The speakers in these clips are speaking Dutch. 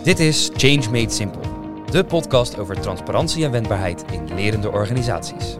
Dit is Change Made Simple, de podcast over transparantie en wendbaarheid in lerende organisaties.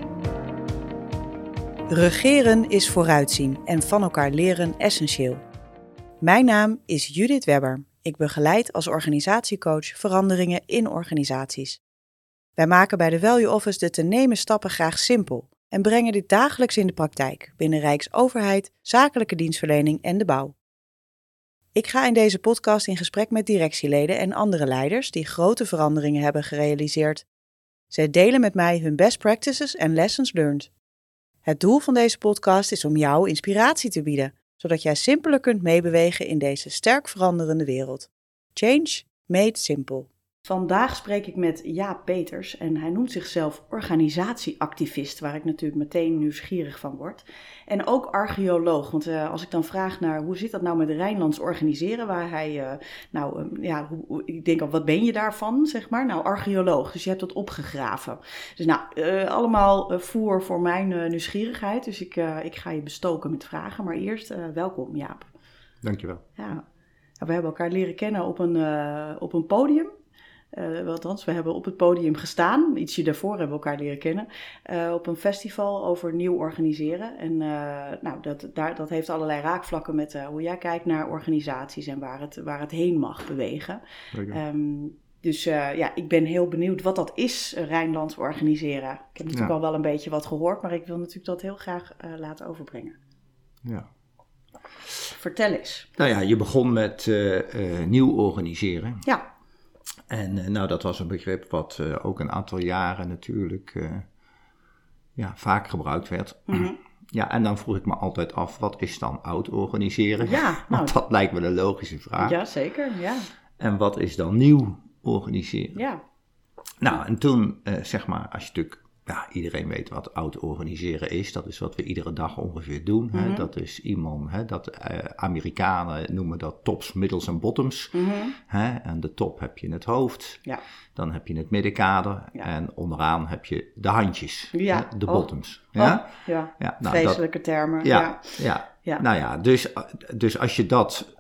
Regeren is vooruitzien en van elkaar leren essentieel. Mijn naam is Judith Webber. Ik begeleid als organisatiecoach veranderingen in organisaties. Wij maken bij de Value Office de te nemen stappen graag simpel en brengen dit dagelijks in de praktijk binnen Rijksoverheid, zakelijke dienstverlening en de bouw. Ik ga in deze podcast in gesprek met directieleden en andere leiders die grote veranderingen hebben gerealiseerd. Zij delen met mij hun best practices en lessons learned. Het doel van deze podcast is om jou inspiratie te bieden, zodat jij simpeler kunt meebewegen in deze sterk veranderende wereld. Change made simple. Vandaag spreek ik met Jaap Peters en hij noemt zichzelf organisatieactivist, waar ik natuurlijk meteen nieuwsgierig van word. En ook archeoloog, want als ik dan vraag naar hoe zit dat nou met Rijnlands organiseren, waar hij, ik denk al, wat ben je daarvan, zeg maar? Nou, archeoloog, dus je hebt dat opgegraven. Dus allemaal voer voor mijn nieuwsgierigheid, dus ik ga je bestoken met vragen, maar eerst welkom Jaap. Dankjewel. Ja, we hebben elkaar leren kennen op een podium. Althans, we hebben op het podium gestaan, ietsje daarvoor hebben we elkaar leren kennen, op een festival over nieuw organiseren. En dat heeft allerlei raakvlakken met hoe jij kijkt naar organisaties en waar het heen mag bewegen. Ik ben heel benieuwd wat dat is, Rijnlands organiseren. Ik heb natuurlijk al wel een beetje wat gehoord, maar ik wil natuurlijk dat heel graag laten overbrengen. Ja. Vertel eens. Nou ja, je begon met nieuw organiseren. Ja. En dat was een begrip wat ook een aantal jaren natuurlijk vaak gebruikt werd. Mm-hmm. Ja, en dan vroeg ik me altijd af, wat is dan oud organiseren? Ja, Want dat lijkt me een logische vraag. Ja, zeker, ja. En wat is dan nieuw organiseren? Ja. Nou, en toen, als je natuurlijk... Ja, iedereen weet wat oud organiseren is. Dat is wat we iedere dag ongeveer doen. Mm-hmm. Hè? Dat is iemand, Amerikanen noemen dat tops, middels en bottoms. Mm-hmm. Hè? En de top heb je in het hoofd. Ja. Dan heb je het middenkader. Ja. En onderaan heb je de handjes. Ja. Hè? De bottoms. Ja? Ja. Vreselijke termen. Ja. Nou ja, dus als je dat...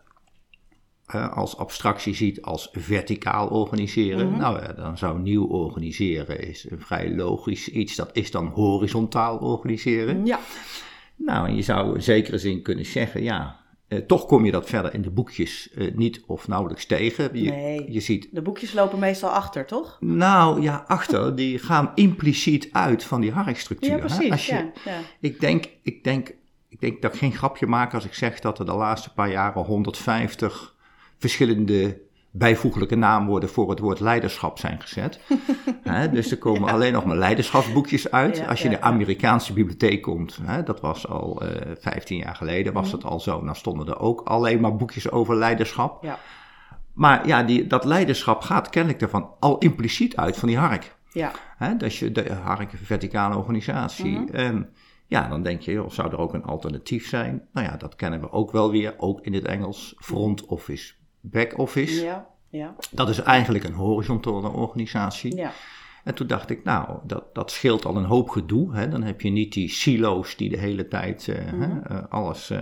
als abstractie ziet als verticaal organiseren. Mm-hmm. Dan zou nieuw organiseren is een vrij logisch iets. Dat is dan horizontaal organiseren. Ja. Nou, en je zou in zekere zin kunnen zeggen, toch kom je dat verder in de boekjes niet of nauwelijks tegen. Je ziet, de boekjes lopen meestal achter, toch? Nou ja, achter, die gaan impliciet uit van die harkstructuur. Ja, precies. Hè? Ik denk dat ik geen grapje maak als ik zeg dat er de laatste paar jaren 150... verschillende bijvoeglijke naamwoorden voor het woord leiderschap zijn gezet. Dus er komen alleen nog maar leiderschapsboekjes uit. Ja, als je in de Amerikaanse bibliotheek komt, dat was al 15 jaar geleden, was het al zo. Dan stonden er ook alleen maar boekjes over leiderschap. Ja. Maar dat leiderschap gaat kennelijk ervan al impliciet uit van die hark. Ja. Dat je de hark, verticale organisatie. Mm-hmm. En dan denk je, zou er ook een alternatief zijn? Nou ja, dat kennen we ook wel weer, ook in het Engels, front office. Back-office, dat is eigenlijk een horizontale organisatie. Ja. En toen dacht ik, dat scheelt al een hoop gedoe. Hè? Dan heb je niet die silo's die de hele tijd alles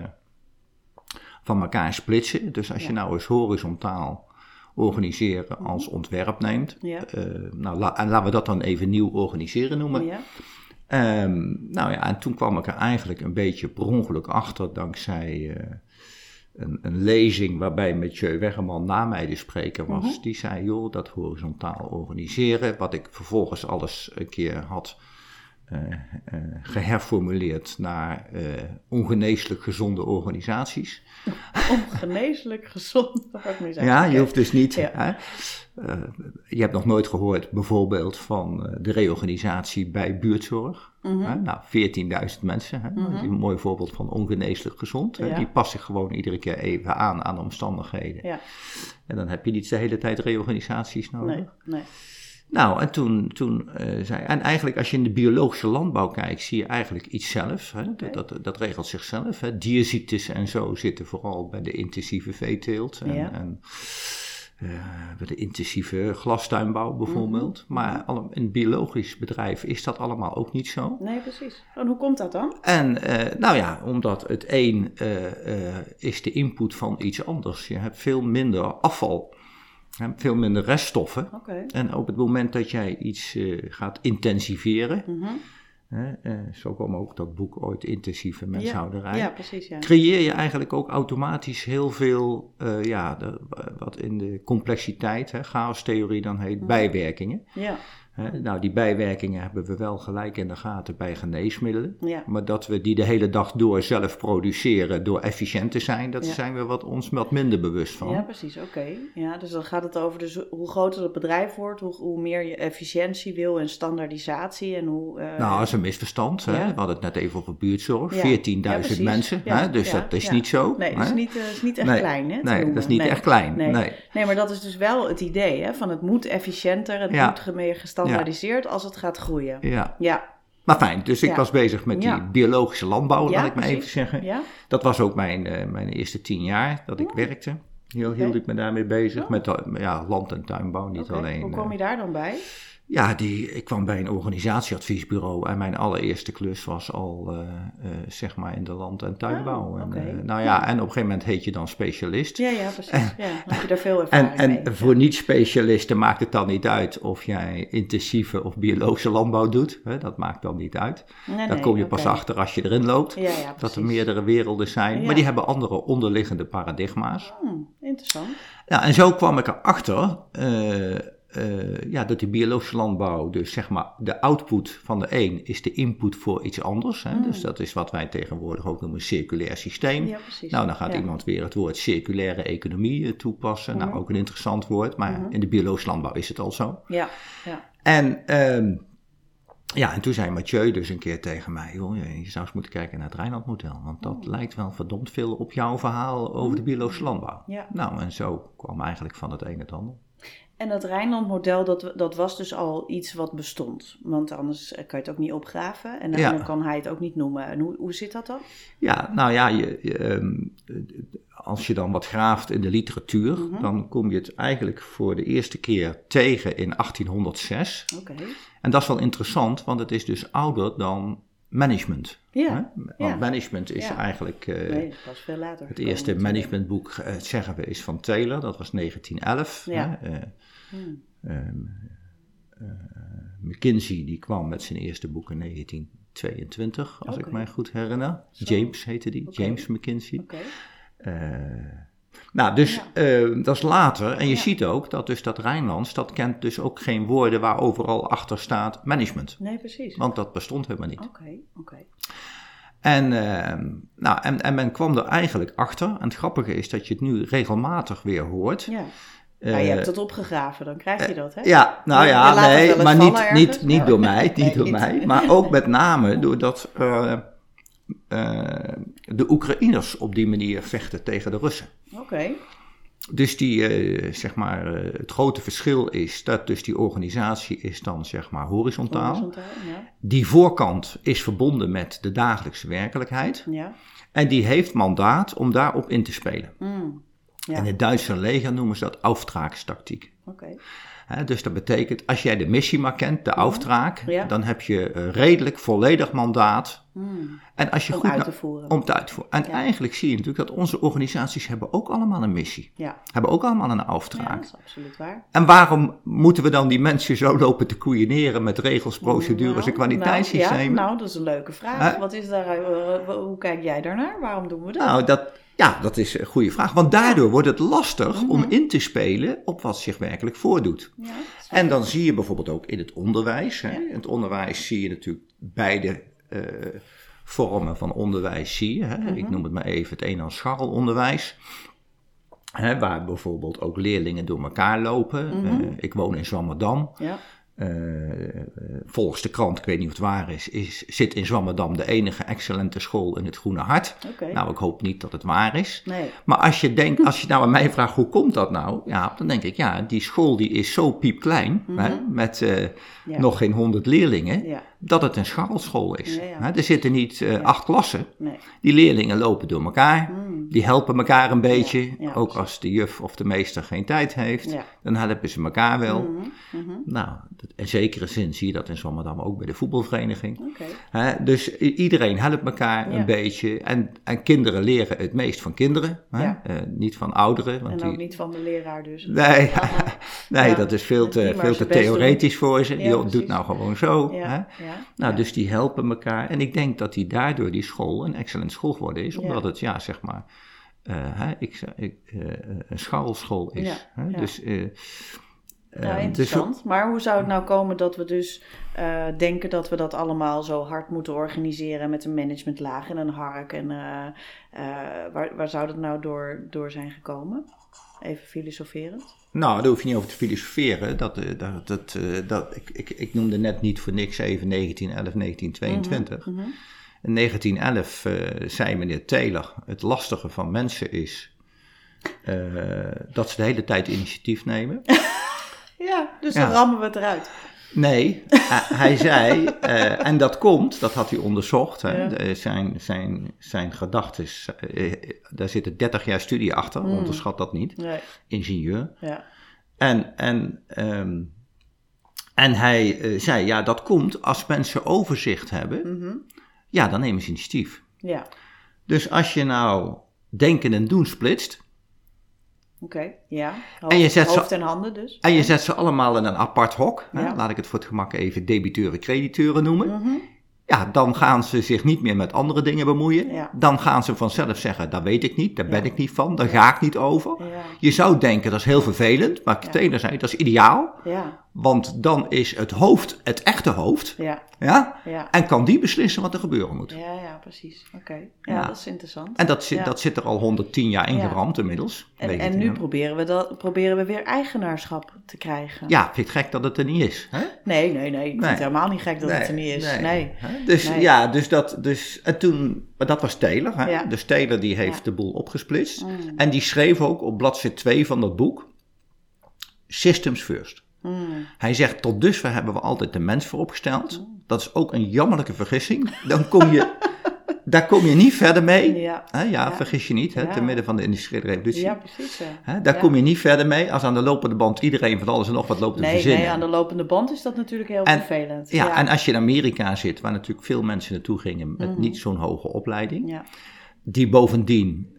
van elkaar splitsen. Dus als je nou eens horizontaal organiseren als ontwerp neemt. Ja. En laten we dat dan even nieuw organiseren noemen. Ja. En toen kwam ik er eigenlijk een beetje per ongeluk achter dankzij... Een lezing waarbij Mathieu Weggerman na mij de spreker was. Mm-hmm. Die zei, dat horizontaal organiseren, wat ik vervolgens alles een keer had geherformuleerd naar ongeneeslijk gezonde organisaties. Ongeneeslijk gezonde organisaties. Ja, je hoeft dus niet... Ja. Je hebt nog nooit gehoord bijvoorbeeld van de reorganisatie bij buurtzorg. Mm-hmm. 14.000 mensen. Mm-hmm. Dat is een mooi voorbeeld van ongeneeslijk gezond. Ja. Die passen gewoon iedere keer even aan de omstandigheden. Ja. En dan heb je niet de hele tijd reorganisaties nodig. Nee. Nou, en toen zei... En eigenlijk als je in de biologische landbouw kijkt, zie je eigenlijk iets zelfs. Hè? Okay. Dat regelt zichzelf. Hè? Dierziektes en zo zitten vooral bij de intensieve veeteelt. En bij de intensieve glastuinbouw bijvoorbeeld. Mm-hmm. Maar in een biologisch bedrijf is dat allemaal ook niet zo. Nee, precies. En hoe komt dat dan? En omdat het een is de input van iets anders. Je hebt veel minder afval Veel minder reststoffen. Okay. En op het moment dat jij iets gaat intensiveren, Mm-hmm. zo kwam ook dat boek ooit Intensieve Menshouderij. Ja, precies. Ja. Creëer je eigenlijk ook automatisch heel veel, wat in de complexiteit, chaostheorie dan heet, bijwerkingen. Ja. Nou, die bijwerkingen hebben we wel gelijk in de gaten bij geneesmiddelen. Ja. Maar dat we die de hele dag door zelf produceren door efficiënt te zijn, dat zijn we ons wat minder bewust van. Ja, precies. Oké. Ja, dus dan gaat het over hoe groter het bedrijf wordt, hoe meer je efficiëntie wil en standaardisatie en hoe... Nou, dat is een misverstand. Ja. Hè? We hadden het net even over buurtzorg. Ja. 14.000 mensen, Ja. Dus Ja. dat is Ja. niet zo. Nee, dat is niet echt klein, hè? Nee, dat is niet echt klein. Nee, maar dat is dus wel het idee, hè? Van het moet efficiënter, het moet meer gestandaardiseerd als het gaat groeien. Ja. Maar fijn, dus ik was bezig met die biologische landbouw, laat ik maar even zeggen. Ja. Dat was ook mijn eerste 10 jaar dat ik werkte. Hield ik me daarmee bezig, met land- en tuinbouw, niet alleen. Hoe kom je daar dan bij? Ja, ik kwam bij een organisatieadviesbureau en mijn allereerste klus was al, zeg maar, in de land- en tuinbouw. En op een gegeven moment heet je dan specialist. Ja, precies. Dan heb je daar veel ervaring mee. En voor niet-specialisten maakt het dan niet uit of jij intensieve of biologische landbouw doet. Hè? Dat maakt dan niet uit. Daar kom je pas achter als je erin loopt. Dat er meerdere werelden zijn. Maar die hebben andere onderliggende paradigma's. Interessant. Ja, en zo kwam ik erachter... dat die biologische landbouw, dus zeg maar de output van de een is de input voor iets anders. Hè? Dus dat is wat wij tegenwoordig ook noemen een circulair systeem. Ja, precies. Nou, dan gaat iemand weer het woord circulaire economie toepassen. Nou, ook een interessant woord, maar in de biologische landbouw is het al zo. Ja. En en toen zei Mathieu dus een keer tegen mij, joh, je zou eens moeten kijken naar het Rijnland-model, want dat lijkt wel verdomd veel op jouw verhaal over de biologische landbouw. Ja. Nou, en zo kwam eigenlijk van het een het ander. En dat Rijnland-model, dat was dus al iets wat bestond. Want anders kan je het ook niet opgraven. En dan kan hij het ook niet noemen. En hoe zit dat dan? Ja, nou ja, als je dan wat graaft in de literatuur... dan kom je het eigenlijk voor de eerste keer tegen in 1806. Oké. En dat is wel interessant, want het is dus ouder dan management. Ja. Want management is eigenlijk... dat was veel later. Het eerste managementboek, zeggen we, is van Taylor. Dat was 1911. Ja. McKinsey die kwam met zijn eerste boek in 1922, als ik mij goed herinner. Zo. James heette die, James McKinsey. Okay. Dat is later. En je ziet ook dat dus dat Rijnlands, dat kent dus ook geen woorden waar overal achter staat management. Nee, precies. Want dat bestond helemaal niet. Oké. En men kwam er eigenlijk achter. En het grappige is dat je het nu regelmatig weer hoort. Ja. Je hebt het opgegraven, dan krijg je dat, hè? Ja, maar niet door mij. Niet door mij. Maar ook met name doordat de Oekraïners op die manier vechten tegen de Russen. Oké. Dus het grote verschil is dat dus die organisatie is dan zeg maar horizontaal. Die voorkant is verbonden met de dagelijkse werkelijkheid. Ja. En die heeft mandaat om daarop in te spelen. Ja. En in het Duitse leger noemen ze dat Auftragstactiek. Oké. Dus dat betekent, als jij de missie maar kent, de Auftrag, dan heb je redelijk volledig mandaat. En als je om goed uit te voeren. Om het uit te voeren. En eigenlijk zie je natuurlijk dat onze organisaties hebben ook allemaal een missie. Ja. Hebben ook allemaal een Auftrag. Ja, dat is absoluut waar. En waarom moeten we dan die mensen zo lopen te koeieneren met regels, procedures en kwaliteitssystemen? Nou, dat is een leuke vraag. Wat is daar, hoe kijk jij daarnaar? Waarom doen we dat? Nou, dat is een goede vraag. Want daardoor wordt het lastig om in te spelen op wat zich werkelijk voordoet. Ja, en dan zie je bijvoorbeeld ook in het onderwijs. Hè. In het onderwijs zie je natuurlijk beide vormen van onderwijs. Zie je, hè. Ik noem het maar even het een als scharrelonderwijs. Hè, waar bijvoorbeeld ook leerlingen door elkaar lopen. Ik woon in Zwammerdam. Ja. Volgens de krant, ik weet niet of het waar is, zit in Zwammerdam de enige excellente school in het Groene Hart. Okay. Nou, ik hoop niet dat het waar is. Nee. Maar als je nou aan mij vraagt, hoe komt dat nou? Ja, dan denk ik, die school die is zo piepklein, hè, met nog geen 100 leerlingen. Ja. dat het een scharrelschool is. Ja, ja. Hè, er zitten niet 8 klassen. Nee. Die leerlingen lopen door elkaar. Die helpen elkaar een beetje. Ja, ook precies. als de juf of de meester geen tijd heeft. Ja. Dan helpen ze elkaar wel. Mhm. Nou, in zekere zin zie je dat in Zwammerdam ook bij de voetbalvereniging. Oké. Hè, dus iedereen helpt elkaar Ja. een beetje. En kinderen leren het meest van kinderen. Hè? Ja. niet van ouderen. Want En ook die, niet van de leraar dus. Nee, nee Ja. dat is veel Die maar te zijn best theoretisch voor ze. Ja, Joh, precies. doet nou gewoon zo. Ja. Hè? Ja. Nou, Ja. dus die helpen elkaar. En ik denk dat daardoor die school een excellent school geworden is. Omdat Ja. het, zeg maar, een scharrelschool is. Ja, Hè? ja. Dus, Ja, interessant. Maar hoe zou het nou komen dat we dus denken dat we dat allemaal zo hard moeten organiseren met een managementlaag en een hark? En waar zou dat nou door zijn gekomen? Even filosoferend. Nou, daar hoef je niet over te filosoferen. Ik noemde net niet voor niks even 1911, 1922. Mhm. In 1911 zei meneer Taylor, het lastige van mensen is dat ze de hele tijd initiatief nemen. Ja, dus Ja. dan rammen we het eruit. Nee, hij zei, en dat komt, dat had hij onderzocht, hè, Ja. zijn gedachten, daar zitten 30 jaar studie achter, onderschat dat niet, Nee. ingenieur. Ja. En hij zei, ja, dat komt als mensen overzicht hebben, Mhm. ja, dan nemen ze initiatief. Ja. Dus als je nou denken en doen splitst, Oké. Ja. En je zet Hoofd ze- en handen dus. en je zet ze allemaal in een apart hok, hè, Ja. laat ik het voor het gemak even debiteuren-crediteuren noemen. Mhm. Ja, dan gaan ze zich niet meer met andere dingen bemoeien. Ja. Dan gaan ze vanzelf zeggen, dat weet ik niet, daar ben ik niet van, daar ga ik niet over. Ja. Je zou denken, dat is heel vervelend, maar Ja. Taylor zei, dat is ideaal. Ja. Want dan is het hoofd het echte hoofd, Ja. ja? Ja. En kan die beslissen wat er gebeuren moet. Ja, precies. Oké. Ja, Ja. dat is interessant. En dat zit, Ja. dat zit er al 110 jaar ingeramd inmiddels. En 19 nu jaar. proberen we weer eigenaarschap te krijgen. Ja, vind je het gek dat het er niet is? Hè? Nee. Ik vind het helemaal niet gek dat het er niet is. Nee. Hè? Dus Nee. ja, en toen, maar dat was Taylor. Hè? Ja. Dus Taylor die heeft Ja. de boel opgesplitst. Mm. En die schreef ook op bladzijde 2 van dat boek, Systems First. Mm. Hij zegt, tot dusver hebben we altijd de mens vooropgesteld. Dat is ook een jammerlijke vergissing. Daar kom je niet verder mee. Ja. Hè? Ja, vergis je niet, hè? Ja. Te midden van de industriële revolutie. Ja, precies. Ja. Hè? Daar Ja. kom je niet verder mee als aan de lopende band iedereen van alles en nog wat loopt te verzinnen. Nee, aan de lopende band is dat natuurlijk heel En- vervelend. Ja, en als je in Amerika zit, waar natuurlijk veel mensen naartoe gingen met niet zo'n hoge opleiding, Ja. die bovendien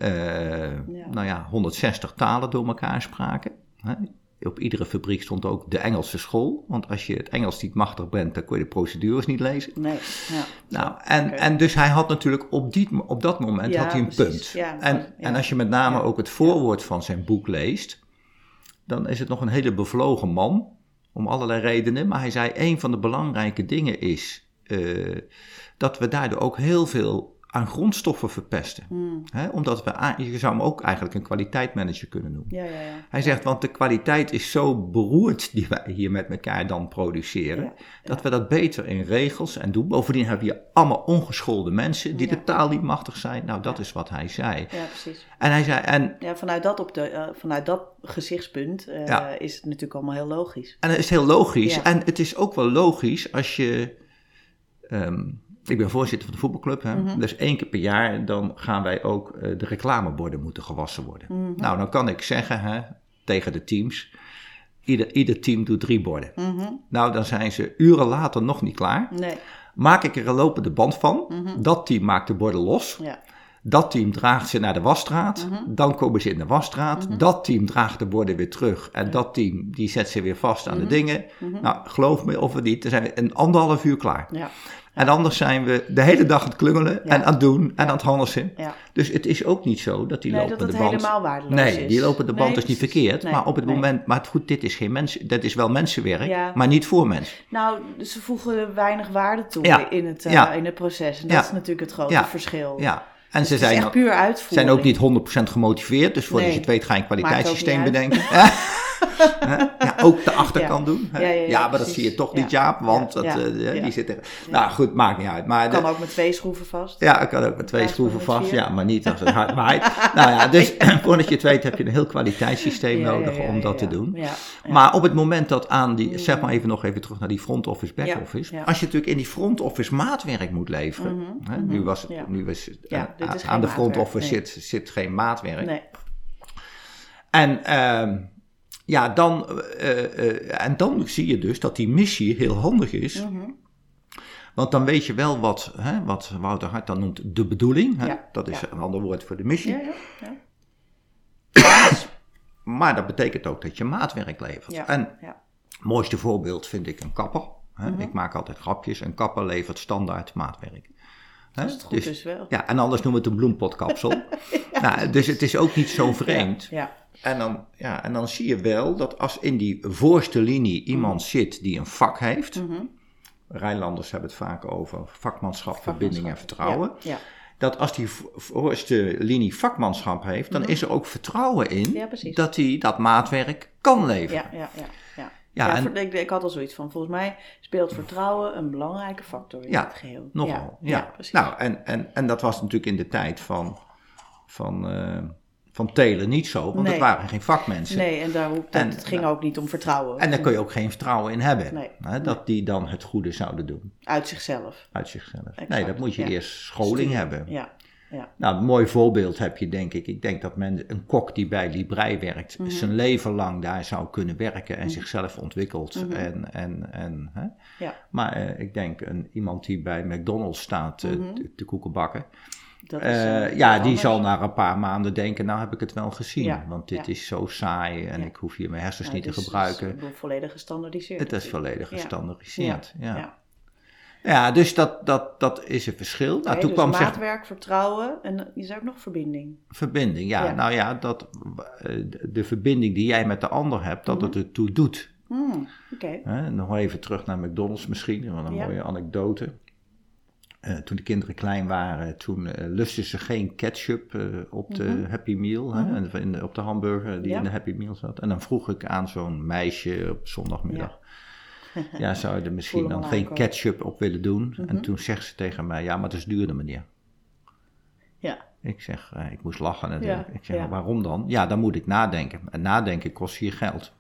160 talen door elkaar spraken. Hè? Op iedere fabriek stond ook de Engelse school, want als je het Engels niet machtig bent, dan kon je de procedures niet lezen. Nee. Ja. Nou, Oké. en dus hij had natuurlijk op dat moment Ja, had hij een precies. punt. Ja, En als je met name Ja. ook het voorwoord van zijn boek leest, dan is het nog een hele bevlogen man, om allerlei redenen. Maar hij zei, een van de belangrijke dingen is dat we daardoor ook heel veel aan grondstoffen verpesten. Hè? Omdat je zou hem ook eigenlijk een kwaliteitsmanager kunnen noemen. Ja. Hij zegt, want de kwaliteit is zo beroerd die wij hier met elkaar dan produceren, Ja, dat we dat beter in regels en doen. Bovendien heb je allemaal ongeschoolde mensen die Ja. de taal niet machtig zijn. Nou, dat is wat hij zei. Ja, precies. En hij zei, Ja, vanuit dat gezichtspunt is het natuurlijk allemaal heel logisch. en dat is heel logisch. Ja. En het is ook wel logisch als je... ik ben voorzitter van de voetbalclub. Hè? Dus 1 keer per jaar dan gaan wij ook de reclameborden moeten gewassen worden. Nou, dan kan ik zeggen tegen de teams, ieder team doet 3 borden. Nou, dan zijn ze uren later nog niet klaar. Nee. Maak ik er een lopende band van. Dat team maakt de borden los. Ja. Dat team draagt ze naar de wasstraat. Dan komen ze in de wasstraat. Dat team draagt de borden weer terug. En dat team die zet ze weer vast aan de dingen. Nou, geloof me of niet, dan zijn we in 1,5 uur klaar. Ja. En anders zijn we de hele dag aan het klungelen en aan het doen en aan het handelen. Ja. Dus het is ook niet zo dat die Nee, lopende dat het band... helemaal waardeloos is. Nee, die lopende band Nee, is niet precies. verkeerd. Nee, maar op het nee. moment... Maar goed, dit is geen mens... Dat is wel mensenwerk, Ja. maar niet voor mensen. Nou, ze voegen weinig waarde toe Ja. in het proces. En dat Ja. is natuurlijk het grote Ja. verschil. Ja. En Dus ze het is echt puur uitvoering. zijn ook niet 100% gemotiveerd. Dus voordat Nee. je het weet ga je een Maakt ook kwaliteitssysteem niet uit. bedenken. Ja, ook de achterkant doen. Hè? Ja, maar dat zie je toch niet, Jaap, want die zit er... Nou goed, maakt niet uit. Maar kan ook met 2 schroeven vast. Ja, ik kan ook met 2 schroeven vast. 4. Ja, maar niet als het hard waait. Nou ja, dus voordat je het weet heb je een heel kwaliteitssysteem nodig om dat te doen. Ja. Maar op het moment dat aan die... Zeg maar nog even terug naar die front office, back office. Ja. Als je natuurlijk in die front office maatwerk moet leveren. Hè, nu was aan de front office zit geen maatwerk. Nee. En dan zie je dus dat die missie heel handig is. Want dan weet je wel wat Wouter Hart dan noemt de bedoeling. Hè? Dat is een ander woord voor de missie. Maar dat betekent ook dat je maatwerk levert. Ja. En het mooiste voorbeeld vind ik een kapper. Hè? Ik maak altijd grapjes. Een kapper levert standaard maatwerk. Als het goed is wel. Ja, en anders noemen we het een bloempotkapsel. Nou, dus het is ook niet zo vreemd. Ja. En dan zie je wel dat als in die voorste linie iemand zit die een vak heeft... Rijnlanders hebben het vaak over vakmanschap, verbinding en vertrouwen. Ja. Dat als die voorste linie vakmanschap heeft, dan is er ook vertrouwen in dat hij dat maatwerk kan leveren. Ik had al zoiets van, volgens mij speelt vertrouwen een belangrijke factor in het geheel. Nogal. Ja, precies. Nou, en dat was natuurlijk in de tijd van telen niet zo, want het waren geen vakmensen. Nee, het ging ook niet om vertrouwen. En daar kun je ook geen vertrouwen in hebben. Nee. Dat die dan het goede zouden doen. Uit zichzelf. Exact. Nee, dat moet je eerst scholing hebben. Ja. Nou, een mooi voorbeeld heb je, denk ik. Ik denk dat een kok die bij Librei werkt, zijn leven lang daar zou kunnen werken en zichzelf ontwikkelt. Maar ik denk iemand die bij McDonald's staat te koeken bakken. Die zal na een paar maanden denken, nou heb ik het wel gezien. Want dit is zo saai en ik hoef hier mijn hersens niet te gebruiken. Het is volledig gestandaardiseerd. Het is volledig gestandaardiseerd, Ja, dus dat is een verschil. Okay, toen kwam maatwerk, vertrouwen en je zei ook nog verbinding. Verbinding, dat de verbinding die jij met de ander hebt, dat het ertoe doet. Nog even terug naar McDonald's misschien, want een mooie anekdote. Toen de kinderen klein waren, toen lusten ze geen ketchup op de Happy Meal, op de hamburger die in de Happy Meal zat. En dan vroeg ik aan zo'n meisje op zondagmiddag, zou je er misschien dan geen ketchup op willen doen? En toen zegt ze tegen mij, maar het is duurder, meneer. Ja. Ik zeg, ik moest lachen natuurlijk. Ik zeg, waarom dan? Ja, dan moet ik nadenken. En nadenken kost hier geld.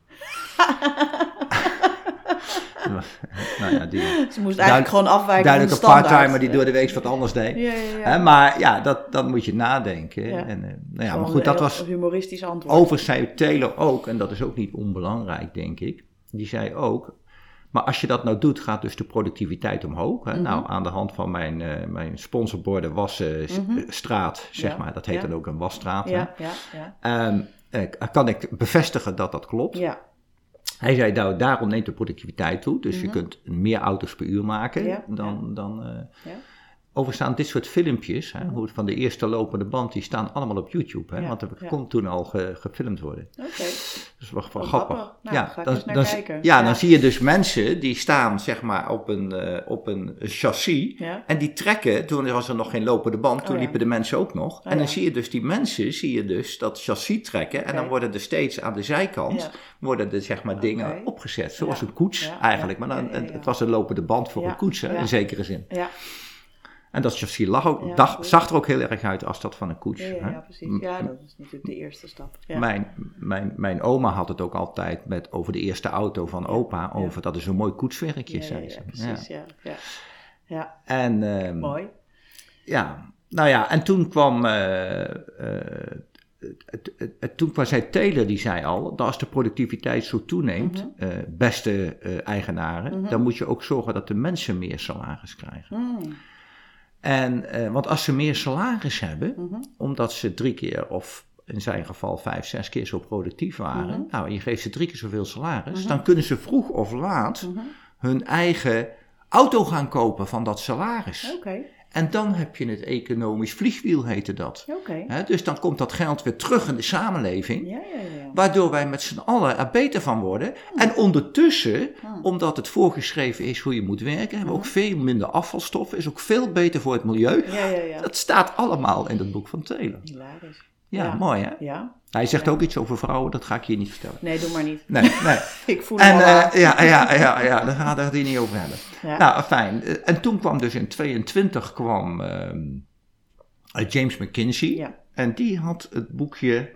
Ze moest eigenlijk gewoon afwijken duidelijk van de een part-timer die door de week wat anders deed. Maar dat moet je nadenken. Ja. Maar goed, dat was... Een humoristisch antwoord. Overigens zei Taylor ook, en dat is ook niet onbelangrijk, denk ik. Die zei ook, maar als je dat nou doet, gaat dus de productiviteit omhoog. Hè? Nou, aan de hand van mijn sponsorborden wasstraat, zeg maar. Dat heet dan ook een wasstraat. Kan ik bevestigen dat dat klopt. Ja. Hij zei, nou, daarom neemt de productiviteit toe. Dus je kunt meer auto's per uur maken dan Overigens staan dit soort filmpjes, van de eerste lopende band, die staan allemaal op YouTube. Hè, want dat kon toen al gefilmd worden. Oké. Dat is wel grappig. Nou, ga ik eens naar kijken. Dan zie je dus mensen die staan zeg maar op een chassis. Ja. En die trekken, toen was er nog geen lopende band, toen liepen de mensen ook nog. En dan zie je dus die mensen, dat chassis trekken. En dan worden er steeds aan de zijkant, zeg maar dingen opgezet. Zoals een koets eigenlijk. Maar dan, het was een lopende band voor een koets, in zekere zin. Ja. En dat chassis zag er ook heel erg uit als dat van een koets. Ja, precies. Ja, dat is natuurlijk de eerste stap. Ja. Mijn oma had het ook altijd over de eerste auto van opa. Over dat is een mooi koetswerkje, zei ze. Precies, ja. En, mooi. Ja, nou ja, en toen kwam... Toen zei Taylor, die zei al, dat als de productiviteit zo toeneemt, beste eigenaren, dan moet je ook zorgen dat de mensen meer salaris krijgen. Want als ze meer salaris hebben, omdat ze 3 keer of in zijn geval 5, 6 keer zo productief waren, nou, en je geeft ze 3 keer zoveel salaris, dan kunnen ze vroeg of laat hun eigen auto gaan kopen van dat salaris. En dan heb je het economisch vliegwiel, heette dat. Dus dan komt dat geld weer terug in de samenleving. Waardoor wij met z'n allen er beter van worden. En ondertussen, omdat het voorgeschreven is hoe je moet werken, hebben we ook veel minder afvalstoffen. Is ook veel beter voor het milieu. Dat staat allemaal in het boek van Taylor. Hilarisch. Ja, mooi hè? Ja. Hij zegt ook iets over vrouwen, dat ga ik hier niet vertellen. Nee, doe maar niet. Nee. Ik voel hem al aan. Ja, daar gaat het hier niet over hebben. Ja. Nou, fijn. En toen kwam dus in 22 James McKinsey. Ja. En die had het boekje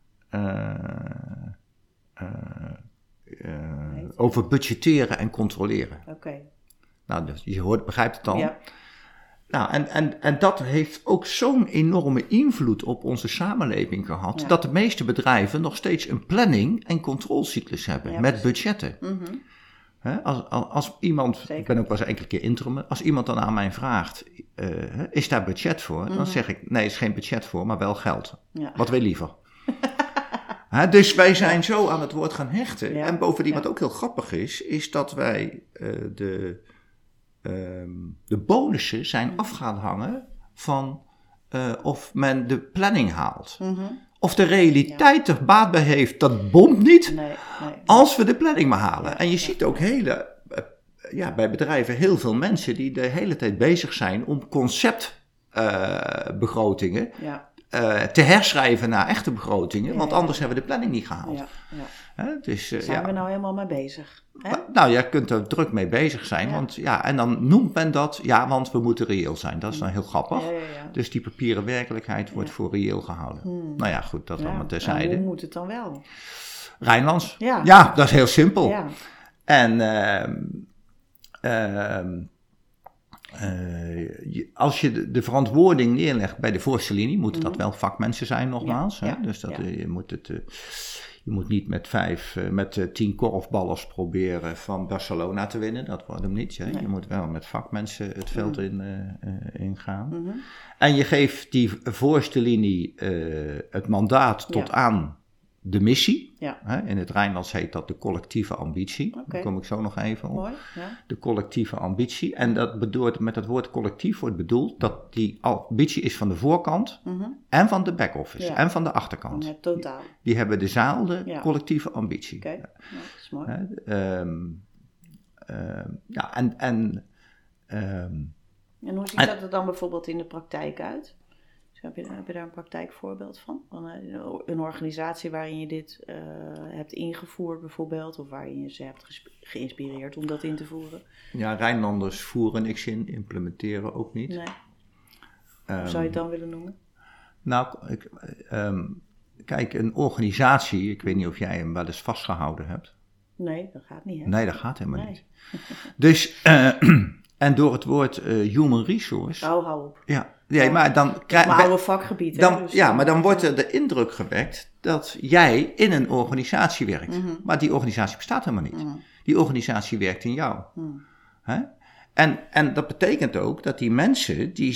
over budgetteren en controleren. Oké. Nou, dus je begrijpt het dan. Ja. Nou, en dat heeft ook zo'n enorme invloed op onze samenleving gehad, dat de meeste bedrijven nog steeds een planning- en controlecyclus hebben met budgetten. Mm-hmm. Als iemand, Zeker. ik ben ook wel eens enkele keer interim, als iemand dan aan mij vraagt, is daar budget voor? Dan zeg ik, nee, er is geen budget voor, maar wel geld. Ja. Wat wil je liever? Dus wij zijn zo aan het woord gaan hechten. Ja. En bovendien, wat ook heel grappig is dat wij de bonussen zijn af gaan hangen van of men de planning haalt. Mm-hmm. Of de realiteit er baat bij heeft, dat bomt niet. Nee. Als we de planning maar halen. Ja, En je ziet ook bij bedrijven heel veel mensen die de hele tijd bezig zijn om conceptbegrotingen te herschrijven naar echte begrotingen. Want anders hebben we de planning niet gehaald. Ja. Dus, Zijn we nou helemaal mee bezig? Hè? Nou, jij kunt er druk mee bezig zijn. Want, en dan noemt men dat, want we moeten reëel zijn. Dat is dan heel grappig. Ja. Dus die papieren werkelijkheid wordt voor reëel gehouden. Nou ja, goed, dat allemaal terzijde. Nou, hoe moet het dan wel? Rijnlands. Ja. Ja, dat is heel simpel. Ja. En als je de verantwoording neerlegt bij de voorste linie, moeten dat wel vakmensen zijn nogmaals. Ja. Dus je moet niet met 10 korfballers proberen van Barcelona te winnen. Dat wordt hem niet. Nee. Je moet wel met vakmensen het veld in gaan. Mm-hmm. En je geeft die voorste linie het mandaat tot aan de missie. Ja. In het Rijnlands heet dat de collectieve ambitie. Okay. Daar kom ik zo nog even op. Mooi, ja. De collectieve ambitie. En dat bedoelt, met het woord collectief wordt bedoeld dat die ambitie is van de voorkant en van de back-office en van de achterkant. Ja, totaal. Die hebben dezelfde collectieve ambitie. Oké, dat is mooi. En hoe ziet dat er dan bijvoorbeeld in de praktijk uit? Dus heb je daar een praktijkvoorbeeld van? Een organisatie waarin je dit hebt ingevoerd bijvoorbeeld, of waarin je ze hebt geïnspireerd om dat in te voeren? Ja, Rijnlanders voeren niks in, implementeren ook niet. Nee. Hoe zou je het dan willen noemen? Nou, kijk, een organisatie, ik weet niet of jij hem wel eens vastgehouden hebt. Nee, dat gaat niet. Hè? Nee, dat gaat helemaal niet. Dus, en door het woord human resource. Hou op. Ja. Nee, maar dan mijn oude vakgebied. Dus maar dan wordt er de indruk gewekt dat jij in een organisatie werkt. Mm-hmm. Maar die organisatie bestaat helemaal niet. Mm-hmm. Die organisatie werkt in jou. Mm. En dat betekent ook dat die mensen die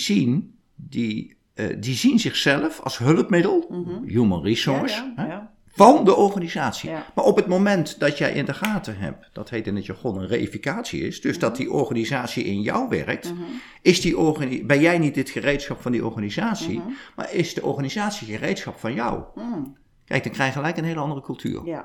zien zichzelf als hulpmiddel, human resource, van de organisatie. Ja. Maar op het moment dat jij in de gaten hebt, dat heet in het jargon een reificatie is, dus dat die organisatie in jou werkt, ben jij niet het gereedschap van die organisatie, maar is de organisatie gereedschap van jou. Kijk, dan krijg je gelijk een hele andere cultuur. Ja.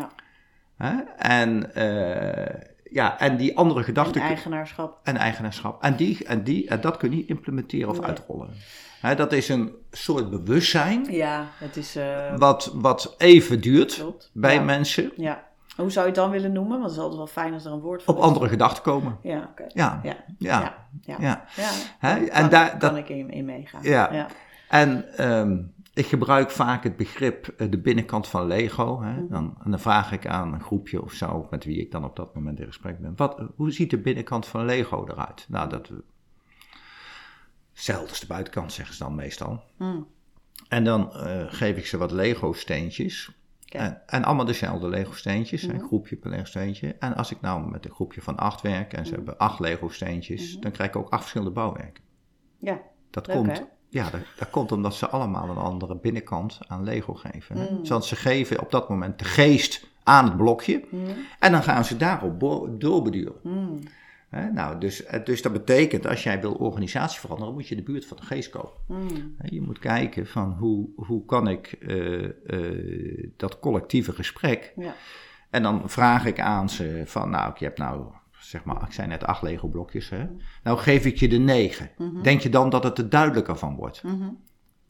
En die andere gedachten... En eigenaarschap. En dat kun je niet implementeren of uitrollen. Dat is een soort bewustzijn. Ja, het is... Wat even duurt bij mensen. Ja. Hoe zou je het dan willen noemen? Want het is altijd wel fijn als er een woord voor op andere gedachten komen. Ja, oké. Ja. En daar kan ik in meegaan. Ja. En ik gebruik vaak het begrip de binnenkant van Lego. En dan vraag ik aan een groepje of zo, met wie ik dan op dat moment in gesprek ben. Hoe ziet de binnenkant van Lego eruit? Nou, hetzelfde als de buitenkant, zeggen ze dan meestal. En dan geef ik ze wat Lego-steentjes. Okay. En allemaal dezelfde Lego-steentjes. Een groepje per Lego-steentje. En als ik nou met een groepje van 8 werk en ze hebben 8 Lego-steentjes, dan krijg ik ook 8 verschillende bouwwerken. Ja, dat komt. Ja, dat komt omdat ze allemaal een andere binnenkant aan Lego geven. Want ze geven op dat moment de geest aan het blokje. En dan gaan ze daarop doorbeduren. Dus dat betekent, als jij wil organisatie veranderen, moet je de buurt van de geest komen. Je moet kijken van hoe kan ik dat collectieve gesprek. Ja. En dan vraag ik aan ze van, ik heb zeg maar, ik zei net 8 Lego blokjes. Nou geef ik je de 9. Denk je dan dat het er duidelijker van wordt?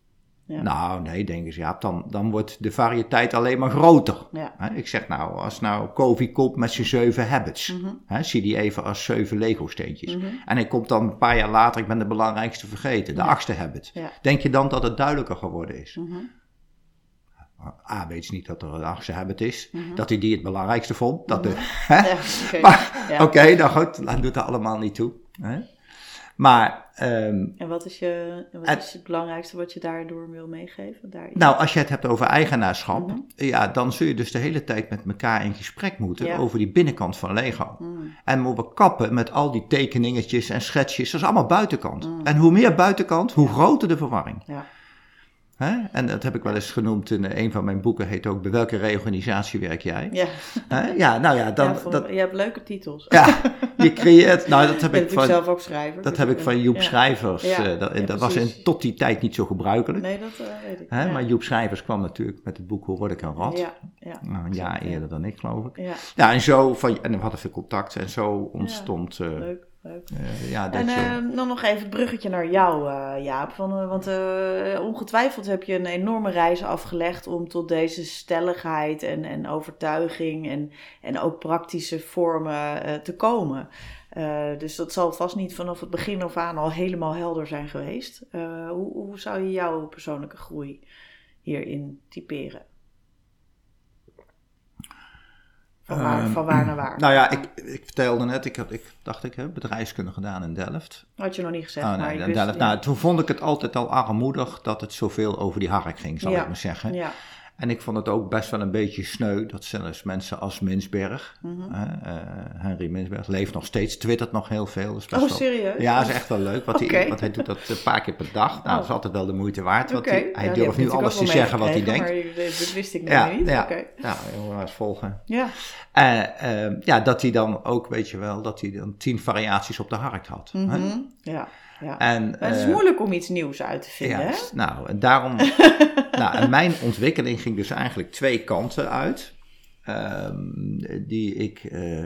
Ja. Nou, nee, denken ze, ja, dan wordt de variëteit alleen maar groter. Ja. Ik zeg nou, als nou Covey komt met zijn 7 habits, Mm-hmm. zie die even als 7 Lego-steentjes. Mm-hmm. En hij komt dan een paar jaar later, ik ben de belangrijkste vergeten, de 8e habit. Ja. Denk je dan dat het duidelijker geworden is? Mm-hmm. A, weet je niet dat er een 8e habit is, Mm-hmm. dat hij die het belangrijkste vond. Dat Ja, oké. Maar, Ja. oké, nou goed, dat doet er allemaal niet toe. Hè? Maar... En wat is het belangrijkste wat je daardoor wil meegeven? Nou, als je het hebt over eigenaarschap, Mm-hmm. ja, dan zul je dus de hele tijd met elkaar in gesprek moeten Ja. over die binnenkant van Lego. Mm. En moeten we kappen met al die tekeningetjes en schetsjes, dat is allemaal buitenkant. En hoe meer buitenkant, hoe groter de verwarring. Ja. Hè? En dat heb ik wel eens genoemd in een van mijn boeken, heet ook, bij welke reorganisatie werk jij? Ja. Hè? Ja, nou ja, dan... Je hebt leuke titels. Ja, je creëert... Nou, dat heb Ben ik van... zelf ook schrijver. Dat dus heb ik van Joep ja. Schrijvers. Ja, Dat was precies. tot die tijd niet zo gebruikelijk. Nee, dat weet ik. Hè? Ja. Maar Joep Schrijvers kwam natuurlijk met het boek Hoe word ik een rat? Ja. Nou, een jaar eerder dan ik, geloof ik. Ja. Ja, en zo en we hadden veel contact en zo ontstond... Leuk. ja, dat En dan nog even het bruggetje naar jou, Jaap. Want ongetwijfeld heb je een enorme reis afgelegd om tot deze stelligheid en overtuiging en ook praktische vormen te komen. Dus dat zal vast niet vanaf het begin af aan al helemaal helder zijn geweest. Hoe zou je jouw persoonlijke groei hierin typeren? Van waar naar waar? Nou ja, ik vertelde net, ik heb bedrijfskunde gedaan in Delft. Had je nog niet gezegd. Oh, maar nee, ik in wist, Delft. ja. Nou, toen vond ik het altijd al armoedig dat het zoveel over die hark ging, zal Ja. ik maar zeggen. Ja. En ik vond het ook best wel een beetje sneu dat zelfs mensen als Minsberg, Henry Minsberg, leeft nog steeds, twittert nog heel veel. Dat is best Oh, wel, serieus? Ja, dat is echt wel leuk. Want hij doet dat een paar keer per dag. Nou, dat is altijd wel de moeite waard. Want hij durft nu alles te zeggen wat hij denkt. Maar dat wist ik nog niet. Ja, Okay. ja, jongen, eens volgen. Ja. Ja, dat hij dan ook, weet je wel, dat hij dan 10 variaties op de hark had. Hè? Mm-hmm. Ja. En, maar het is moeilijk om iets nieuws uit te vinden, hè? Nou, en daarom... en mijn ontwikkeling ging dus eigenlijk 2 kanten uit. Die ik,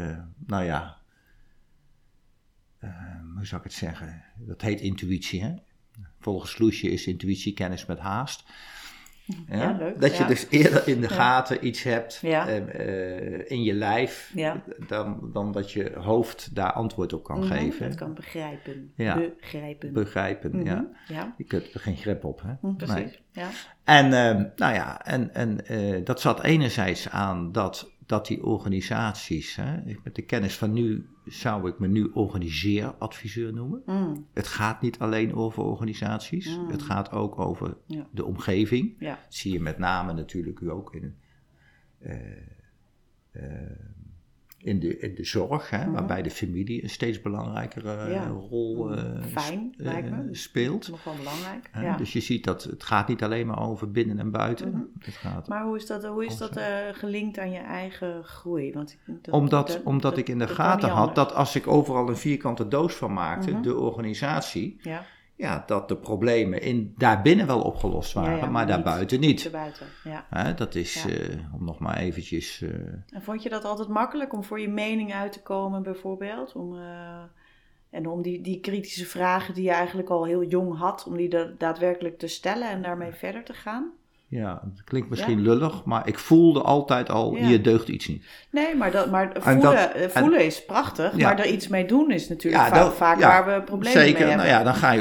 hoe zou ik het zeggen? Dat heet intuïtie, hè? Volgens Loesje is intuïtie kennis met haast. Ja, leuk. Dat je dus eerder in de gaten iets hebt in je lijf, dan dat je hoofd daar antwoord op kan geven. Het kan begrijpen. Ja. Begrijpen. Ja. Ja. Je kunt er geen grip op, hè? Precies, Nee. ja. En dat zat enerzijds aan dat die organisaties, met de kennis van nu zou ik me nu organiseeradviseur noemen. Het gaat niet alleen over organisaties, het gaat ook over de omgeving. Ja. Dat zie je met name natuurlijk u ook in de zorg, waarbij de familie een steeds belangrijkere rol speelt. Nog wel belangrijk. Dus je ziet dat het gaat niet alleen maar over binnen en buiten. Het gaat maar hoe is dat gelinkt aan je eigen groei? Want omdat ik in de gaten had dat als ik overal een vierkante doos van maakte, de organisatie... Ja, dat de problemen daarbinnen wel opgelost waren, maar daarbuiten niet. Dat is, om nog maar eventjes... En vond je dat altijd makkelijk om voor je mening uit te komen bijvoorbeeld? Om die kritische vragen die je eigenlijk al heel jong had, om die daadwerkelijk te stellen en daarmee verder te gaan? Ja, het klinkt misschien lullig, maar ik voelde altijd al, hier deugt iets niet. Nee, maar voelen is prachtig, maar er iets mee doen is natuurlijk vaak waar we problemen mee hebben. Nou ja, dan ga je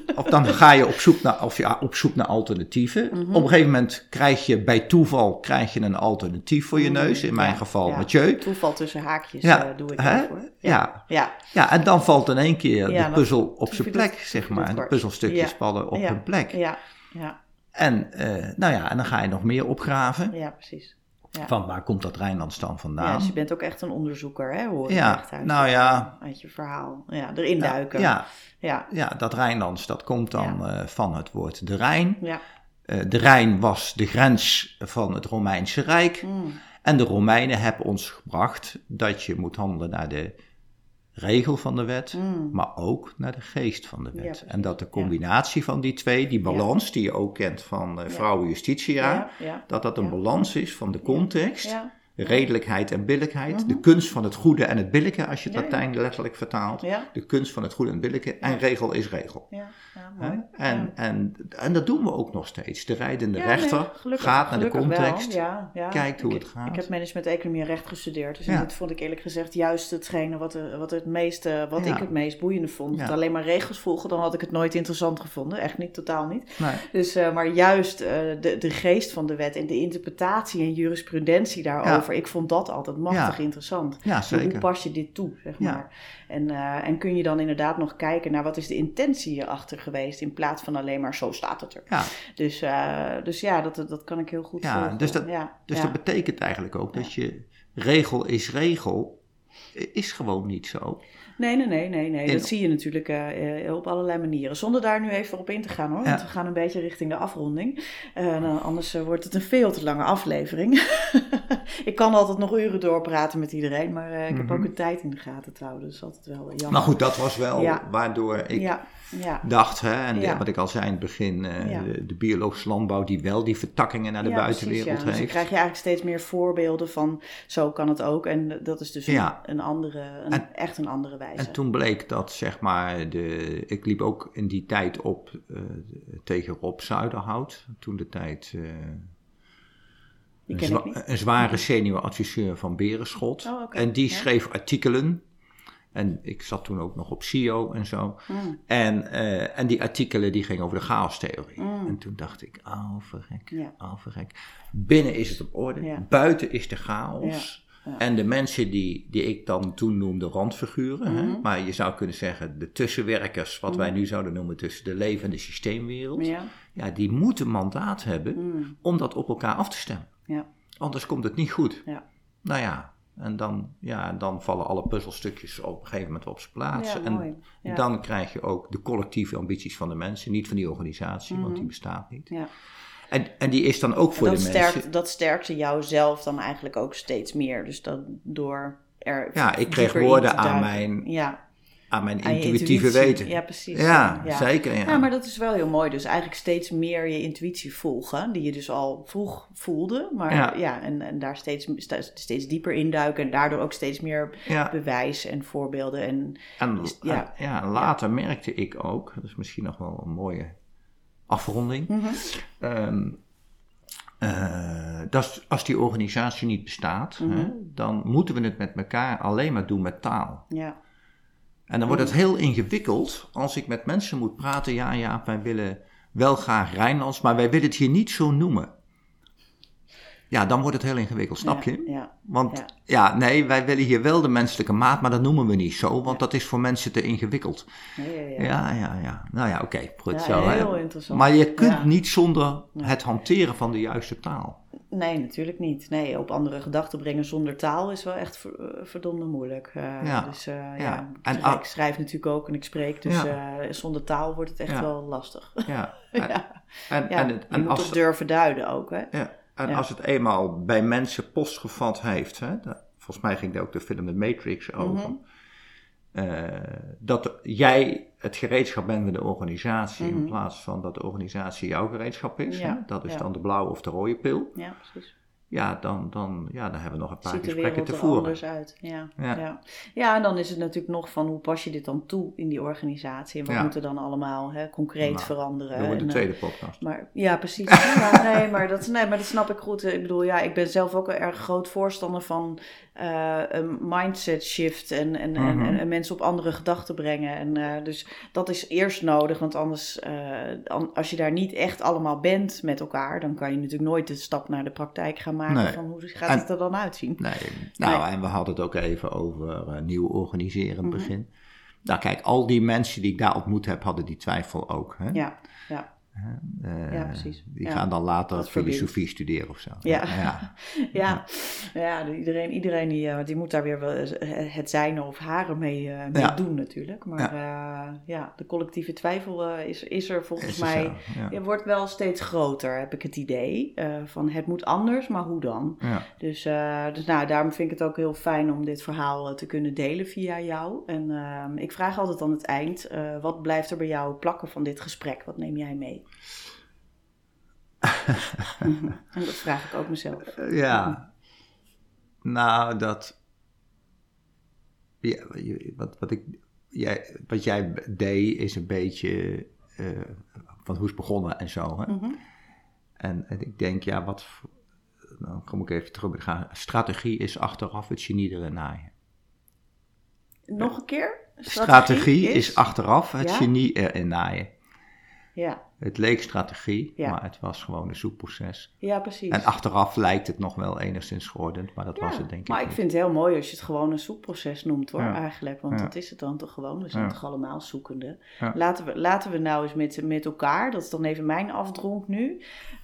op zoek naar alternatieven. Op een gegeven moment krijg je bij toeval een alternatief voor je neus, in mijn geval Mathieu. Toeval tussen haakjes doe ik daarvoor. Ja, en dan valt in één keer de puzzel op zijn plek, zeg maar. En de puzzelstukjes vallen op hun plek. Ja. En en dan ga je nog meer opgraven. Ja, precies. Ja. Van waar komt dat Rijnlands dan vandaan? Ja, dus je bent ook echt een onderzoeker, hè? Hoor echt uit je verhaal. Ja, erin duiken. Ja, dat Rijnlands, dat komt dan van het woord de Rijn. Ja. De Rijn was de grens van het Romeinse Rijk. En de Romeinen hebben ons gebracht dat je moet handelen naar de regel van de wet, maar ook naar de geest van de wet. En dat de combinatie van die twee, die balans die je ook kent van vrouwen justitia, dat een balans is van de context redelijkheid en billijkheid. De kunst van het goede en het billijke, als je het Latijn letterlijk vertaalt. Ja. De kunst van het goede en het billijke. En regel is regel. Ja, mooi. En dat doen we ook nog steeds. De rijdende rechter gaat naar de context, kijkt hoe het gaat. Ik heb management economie en recht gestudeerd. Dus dit vond ik eerlijk gezegd juist hetgene wat ik het meest boeiende vond. Want alleen maar regels volgen, dan had ik het nooit interessant gevonden. Echt niet, totaal niet. Nee. Dus, maar juist de geest van de wet en de interpretatie en jurisprudentie daarover. Ik vond dat altijd machtig interessant. Ja, zeker. Hoe pas je dit toe, zeg maar. En kun je dan inderdaad nog kijken naar wat is de intentie hierachter geweest, in plaats van alleen maar zo staat het er. Ja. Dus dat kan ik heel goed volgen. Dus dat betekent eigenlijk ook dat je regel is gewoon niet zo. Nee. Dat zie je natuurlijk op allerlei manieren. Zonder daar nu even op in te gaan hoor. Want we gaan een beetje richting de afronding. Anders wordt het een veel te lange aflevering. Ik kan altijd nog uren doorpraten met iedereen. Maar ik heb ook een tijd in de gaten te houden. Dus altijd wel jammer. Maar goed, dat was wel waardoor ik dacht. Wat ik al zei in het begin. De biologische landbouw die wel die vertakkingen naar de buitenwereld heeft. Dus dan krijg je eigenlijk steeds meer voorbeelden van zo kan het ook. En dat is dus een andere wijze. En toen bleek dat, zeg maar, ik liep ook in die tijd op tegen Rob Zuiderhout. Toen de tijd een zware senior adviseur van Berenschot. Oh, okay. En die schreef artikelen. En ik zat toen ook nog op CIO en zo. En die artikelen die gingen over de chaostheorie. En toen dacht ik, verrek. Binnen is het op orde, buiten is de chaos. Ja. En de mensen die ik dan toen noemde randfiguren, maar je zou kunnen zeggen de tussenwerkers, wat wij nu zouden noemen tussen de leven en de systeemwereld, die moeten mandaat hebben om dat op elkaar af te stemmen. Ja. Anders komt het niet goed. Ja. Nou ja, en dan vallen alle puzzelstukjes op een gegeven moment op zijn plaats. Ja, en dan krijg je ook de collectieve ambities van de mensen, niet van die organisatie, want die bestaat niet. Ja. En die is dan ook voor de mensen. Dat sterkte jou zelf dan eigenlijk ook steeds meer. Dus dat door er. Ja, ik kreeg woorden aan mijn intuïtieve weten. Ja, precies. Ja, zeker. Ja, maar dat is wel heel mooi. Dus eigenlijk steeds meer je intuïtie volgen. Die je dus al vroeg voelde. Maar en daar steeds dieper induiken. En daardoor ook steeds meer bewijs en voorbeelden. En later merkte ik ook. Dat is misschien nog wel een mooie afronding. Dat als die organisatie niet bestaat, dan moeten we het met elkaar alleen maar doen met taal. Ja. En dan wordt het heel ingewikkeld als ik met mensen moet praten. Ja, wij willen wel graag Rijnlands, maar wij willen het hier niet zo noemen. Ja, dan wordt het heel ingewikkeld, snap je? Ja. Want wij willen hier wel de menselijke maat, maar dat noemen we niet zo, want dat is voor mensen te ingewikkeld. Ja. Nou ja, oké, goed zo. Heel interessant. Maar je kunt niet zonder het hanteren van de juiste taal. Nee, natuurlijk niet. Nee, op andere gedachten brengen zonder taal is wel echt verdomde moeilijk. Ik schrijf natuurlijk ook en ik spreek, dus zonder taal wordt het echt wel lastig. Ja. En je moet het durven duiden ook, hè? Ja. En als het eenmaal bij mensen postgevat heeft, volgens mij ging daar ook de film The Matrix over, dat jij het gereedschap bent met de organisatie, in plaats van dat de organisatie jouw gereedschap is. Ja. Dat is dan de blauwe of de rode pil. Ja, precies. Ja, dan hebben we nog een paar gesprekken te voeren. Ziet er anders uit. Ja, en dan is het natuurlijk nog van hoe pas je dit dan toe in die organisatie en wat moet er dan allemaal concreet veranderen. Dat wordt de tweede podcast. Maar, ja, precies. maar dat snap ik goed. Ik bedoel, ik ben zelf ook een erg groot voorstander van een mindset shift en mensen op andere gedachten brengen. En dus dat is eerst nodig, want anders, als je daar niet echt allemaal bent met elkaar, dan kan je natuurlijk nooit de stap naar de praktijk gaan maken. Van hoe gaat het er dan uitzien? En we hadden het ook even over nieuw organiseren begin. Nou kijk, al die mensen die ik daar ontmoet heb, hadden die twijfel ook. Hè? Ja. Precies. Die gaan dan later filosofie studeren of zo. Iedereen die moet daar weer wel het zijn of haren mee doen natuurlijk. Maar de collectieve twijfel is er volgens mij. Het wordt wel steeds groter, heb ik het idee. Van het moet anders, maar hoe dan? Ja. Dus daarom vind ik het ook heel fijn om dit verhaal te kunnen delen via jou. En ik vraag altijd aan het eind, wat blijft er bij jou plakken van dit gesprek? Wat neem jij mee? En dat vraag ik ook mezelf. Nou, wat jij deed is een beetje van hoe is het begonnen en zo. Hè? Mm-hmm. En ik denk, dan kom ik even terug. Strategie is achteraf het genie erin naaien. Nog een keer? Strategie is achteraf het genie erin naaien. Ja. Het leek strategie, maar het was gewoon een zoekproces. Ja, precies. En achteraf lijkt het nog wel enigszins geordend, maar dat was het denk ik Maar ik niet. vind het heel mooi als je het gewoon een zoekproces noemt hoor, eigenlijk. Want Ja. dat is het dan toch gewoon. We zijn toch allemaal zoekende. Ja. Laten we nou eens met elkaar, dat is dan even mijn afdronk nu,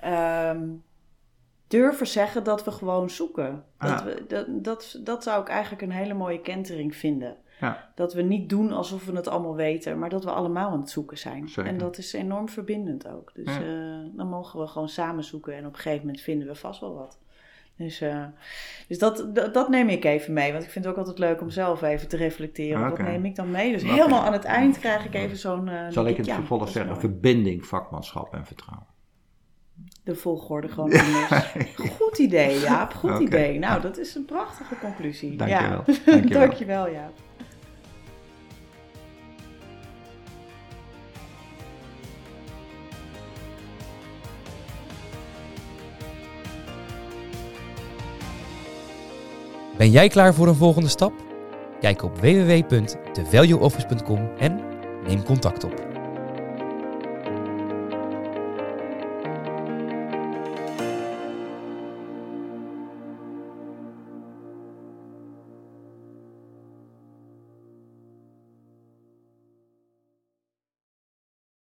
durven zeggen dat we gewoon zoeken. Dat zou ik eigenlijk een hele mooie kentering vinden. Ja. Dat we niet doen alsof we het allemaal weten, maar dat we allemaal aan het zoeken zijn. Zeker. En dat is enorm verbindend ook. Dus dan mogen we gewoon samen zoeken en op een gegeven moment vinden we vast wel wat. Dus dat neem ik even mee, want ik vind het ook altijd leuk om zelf even te reflecteren. Okay. Wat neem ik dan mee? Dus helemaal aan het eind krijg ik even zo'n... Zal ik in het vervolg zeggen, verbinding, vakmanschap en vertrouwen. De volgorde gewoon anders. Goed idee, Jaap. Goed idee. Nou, dat is een prachtige conclusie. Dankjewel. Dankjewel, Jaap. Ben jij klaar voor een volgende stap? Kijk op www.thevalueoffice.com en neem contact op.